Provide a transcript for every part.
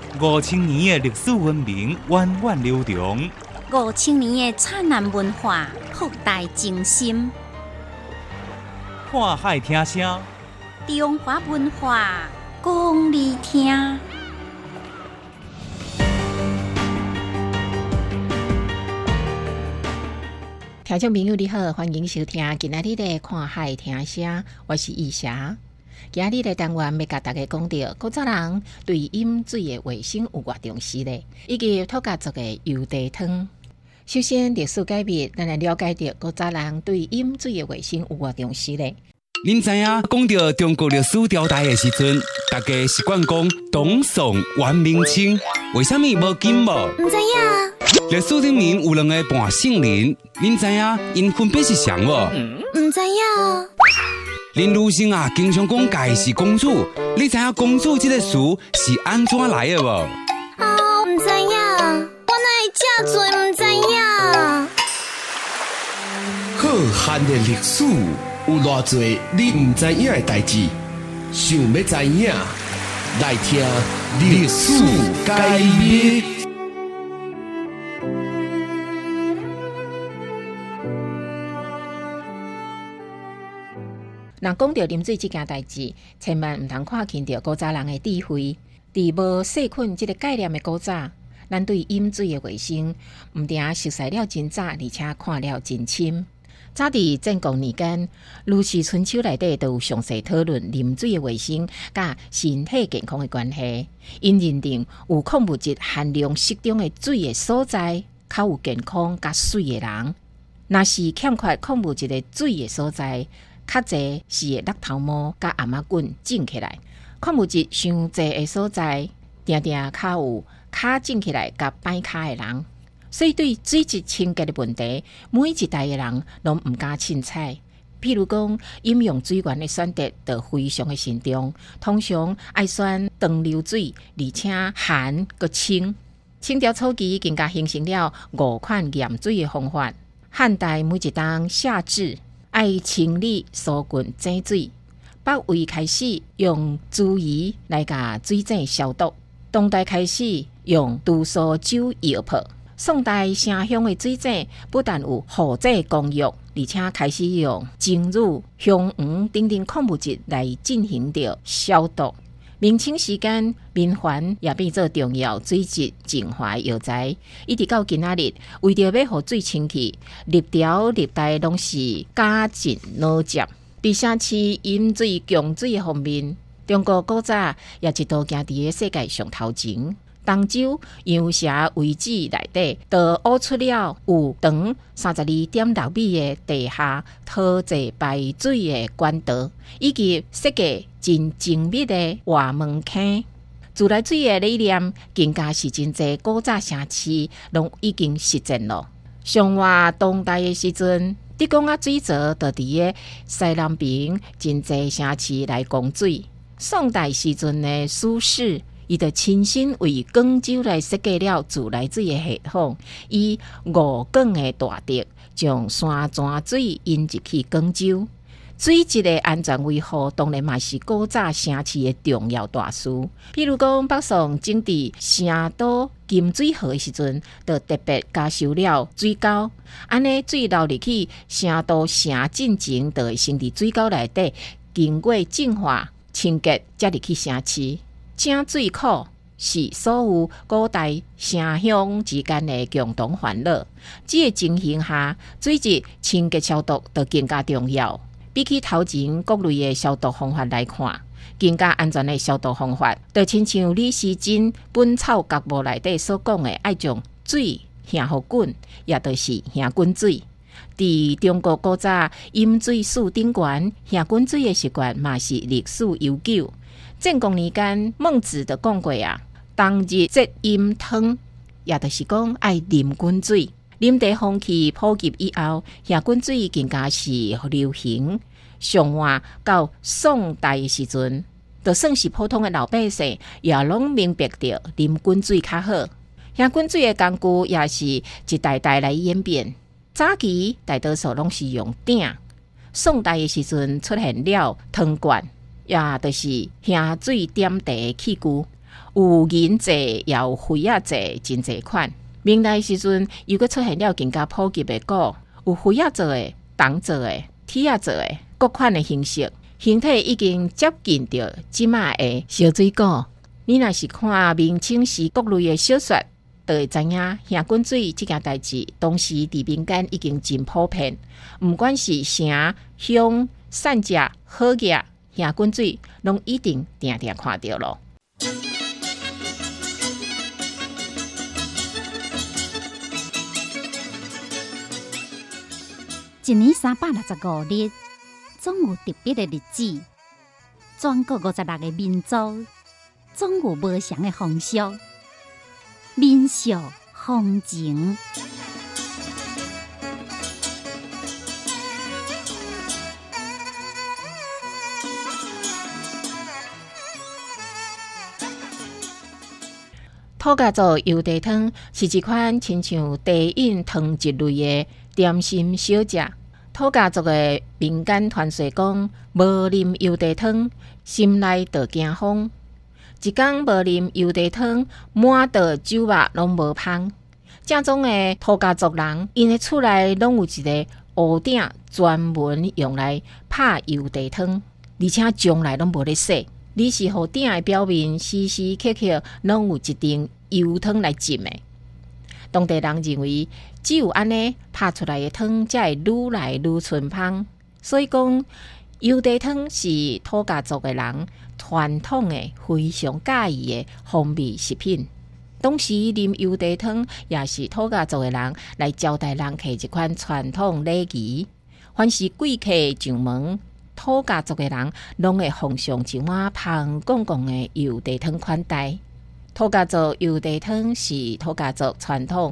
5000年的历史文明源远流长 ，5000年的灿烂文化博大精深。 看海听声， 中华文化讲你听。 听众朋友你好，欢迎收听今仔日的看海听声，我是义霞。今仔日的单元要甲大家讲到古早人对饮水的卫生有偌重视呢，以及土家族的油茶汤。首先，历史解密，咱来了解到古早人对饮水的卫生有偌重视呢。 您知影讲到中国历史朝代的时阵，大家习惯讲东宋、元、明、清，为什么无金无？ 唔知影。 历史里面有2个半圣人，您知影因分别是谁无？ 唔知影。 林如生啊，经常讲家是公主，你知影公主这个词是安怎来的无？ 哦，唔知影，我哪会这多唔知影？ 浩瀚的历史，有偌多你唔知影的代志，想要知影，来听历史解密。 若讲到啉水这件代志，千万唔通看轻到古早人的智慧。伫无细菌这个概念的古早，咱对饮水的卫生，唔定熟悉了真早，而且看了真深。早伫战国年间，《吕氏春秋》内底都有详细讨论啉水的卫生甲身体健康的关系。因认定有矿物质含量适中的水的所在，较有健康甲水的人。若是欠缺矿物质的水的所在，较侪是会落头毛甲阿妈菌种起来，矿物质伤侪的所在，定定较有骹种起来甲歹骹的人。所以对水质清洁的问题，每一代的人拢唔敢凊彩。譬如讲，饮用水源的选择就非常的慎重，通常爱选长流水，而且含佮清。清朝初期更加形成了5款验水的方法。汉代每一冬夏至，爱清理疏浑井水，北魏开始用猪胰来甲水井消毒，当代开始用杜苏酒药泡，宋代城乡的水井不但有护井功用，而且开始用精乳、香黄等等矿物质来进行着消毒。明清时间，面环也变做重要水质净化药材，一直到今仔日，为着要互水清气，历朝历代拢是加紧努接。伫城市饮水供水的方面，中国古早也一度行伫世界上头前。东周阳社遗址内底，就挖出了有长32.6米的地下陶制排水的管道，以及设计真精密的外门坑。自来水的理念，更加是真侪古早城市拢已经实践了。上外当代的时阵，德公啊水槽就伫个西南边真侪城市来供水。宋代时阵的苏轼，伊就亲身为广州来设计了自来水的系统，以5港的大堤将山泉水引入去广州。水质的安全维护当然嘛是古早城市的重要大事。譬如讲，北宋整治成都金水河的时阵，就特别加修了水沟，安尼水流入去成都城进前，就会先伫水沟内底经过净化、清洁，才入去城市。井水库是所有古代城乡之间的共同烦恼。这个情形下，水质清洁消毒就更加重要。比起头前各类的消毒方法来看，更加安全的消毒方法，就亲像李时珍《本草纲目》内底所讲的，爱将水下互菌，也就是下菌水。伫中国古早饮水史顶悬，下菌水的习惯嘛是历史悠久。战国年间，孟子就讲过啊，当日节饮汤，也就是讲爱啉菌水。啉茶风气普及以后，下菌水更加是流行。上晚到宋代的时阵，就算是普通的老百姓，也拢明白着啉菌水较好。下菌水的工具也是一代代来演变。早期大多数拢是用鼎，宋代的时阵出现了汤罐，也就是下水点茶的器具。 有银质也有灰仔质，真侪款。明代时阵又佫出现了更加普及的鼓，有灰仔做的、铜做的、铁仔做的各款的形式，形体已经接近着即卖的烧水鼓。你若是看明清时各类的小说，就会知影兄滚水这件代志，当时伫民间已经真普遍。毋管是城乡散食好业，兄滚水拢一定定定看到咯。 一年365日，总有特别的日子。全国56个民族，总有无相的风俗、民俗风情。 土家族油茶汤是一款亲像茶饮汤一类的点心小食。土家族的民间传说讲，无啉油茶汤，心内就惊风。一天无啉油茶汤，满肚酒肉拢无芳。正宗的土家族人，因的厝内拢有一个壶鼎，专门用来拍油茶汤，而且从来拢无咧洗。你是壶鼎的表面时时刻刻拢有一定油汤来浸的。当地人认为，只有安尼拍出来的汤才会愈来愈醇芳，所以讲油茶汤是土家族的人传统的非常介意的风味食品。当时啉油茶汤也是土家族的人来招待人客一款传统礼仪。凡是贵客上门，土家族的人拢会奉上一碗香滚滚的油茶汤款待。土家族油茶汤是土家族传统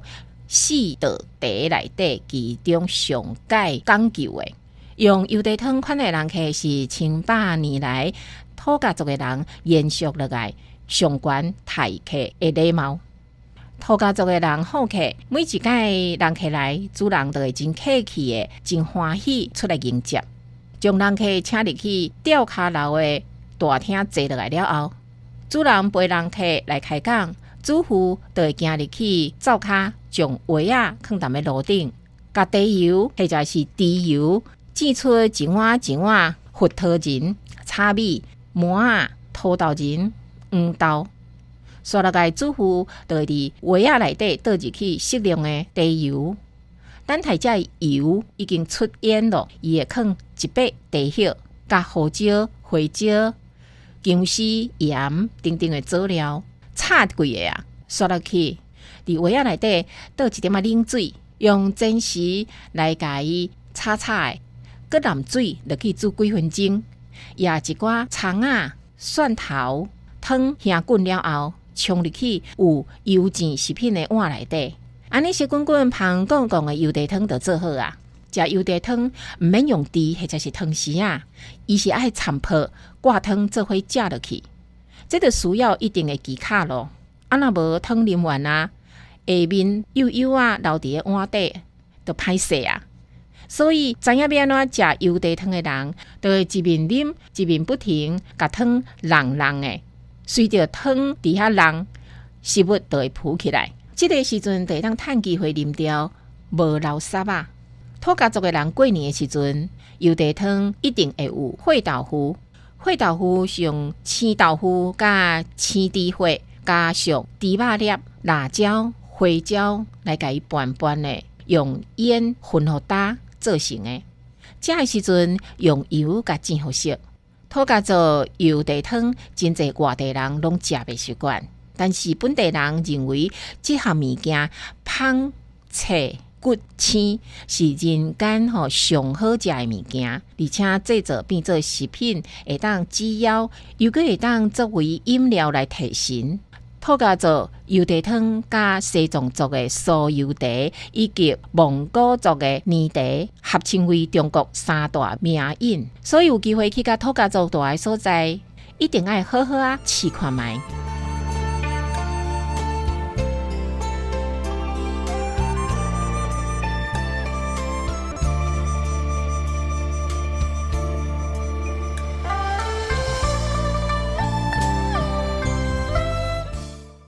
4道茶内底其中上界讲究的。用油茶汤款的人客是千百年来土家族的人延续落来上悬待客的礼貌。土家族的人好客，每一届人客来，主人都会真客气的、真欢喜出来迎接，将人客请入去吊卡楼的大厅坐落来了后，主人陪人客来开讲，主妇就会行入去灶骹，将鞋仔放踮咧炉顶，甲茶油或者是猪油挤出一碗一碗核桃仁、炒米、麻仔、土豆仁、黄豆。刷落来，主妇就会伫鞋仔内底倒入去适量的茶油。等待这油已经出烟了，伊会放一把茶叶、加胡椒、花椒、姜丝、盐等等的佐料，炒几个啊，刷落去，伫鞋仔内底倒一点冷水，用煎时来甲伊炒炒的，搁淋水落去煮几分钟，也一寡葱仔、蒜头、汤香滚了后，冲入去有油煎食品的碗内底，安尼小滚滚、香滚滚的油茶汤就做好啊！食油茶汤毋免用猪或者是汤匙啊，伊是爱掺泡挂汤做伙食落去，这就需要一定的技巧咯。啊，若无汤啉完啊，下面油油啊留伫个碗底，就歹势啊！所以知影要安怎食油茶汤的人，就会一面啉一面不停，甲汤浪浪的。随着汤伫遐浪，食物就会浮起来。这个时阵，就会当趁机会啉掉，无流沙啊。土家族的人过年的时阵，油茶汤一定会有烩豆腐。烩豆腐是用青豆腐加青猪血，加上猪肉粒、辣椒、花椒来甲伊拌拌的，用盐混合搭做成的。食的时阵用油甲煎好食。土家族油茶汤，真侪外地人拢食袂习惯，但是本地人认为这项物件芳、脆、骨、青是人间上好食的物件，而且制作变做食品会当止腰，又搁会当作为饮料来提神。土家族油茶汤加西藏族的酥油茶以及蒙古族的泥茶，合称为中国三大名饮。所以有机会去甲土家族住的所在，一定要好好啊试看卖。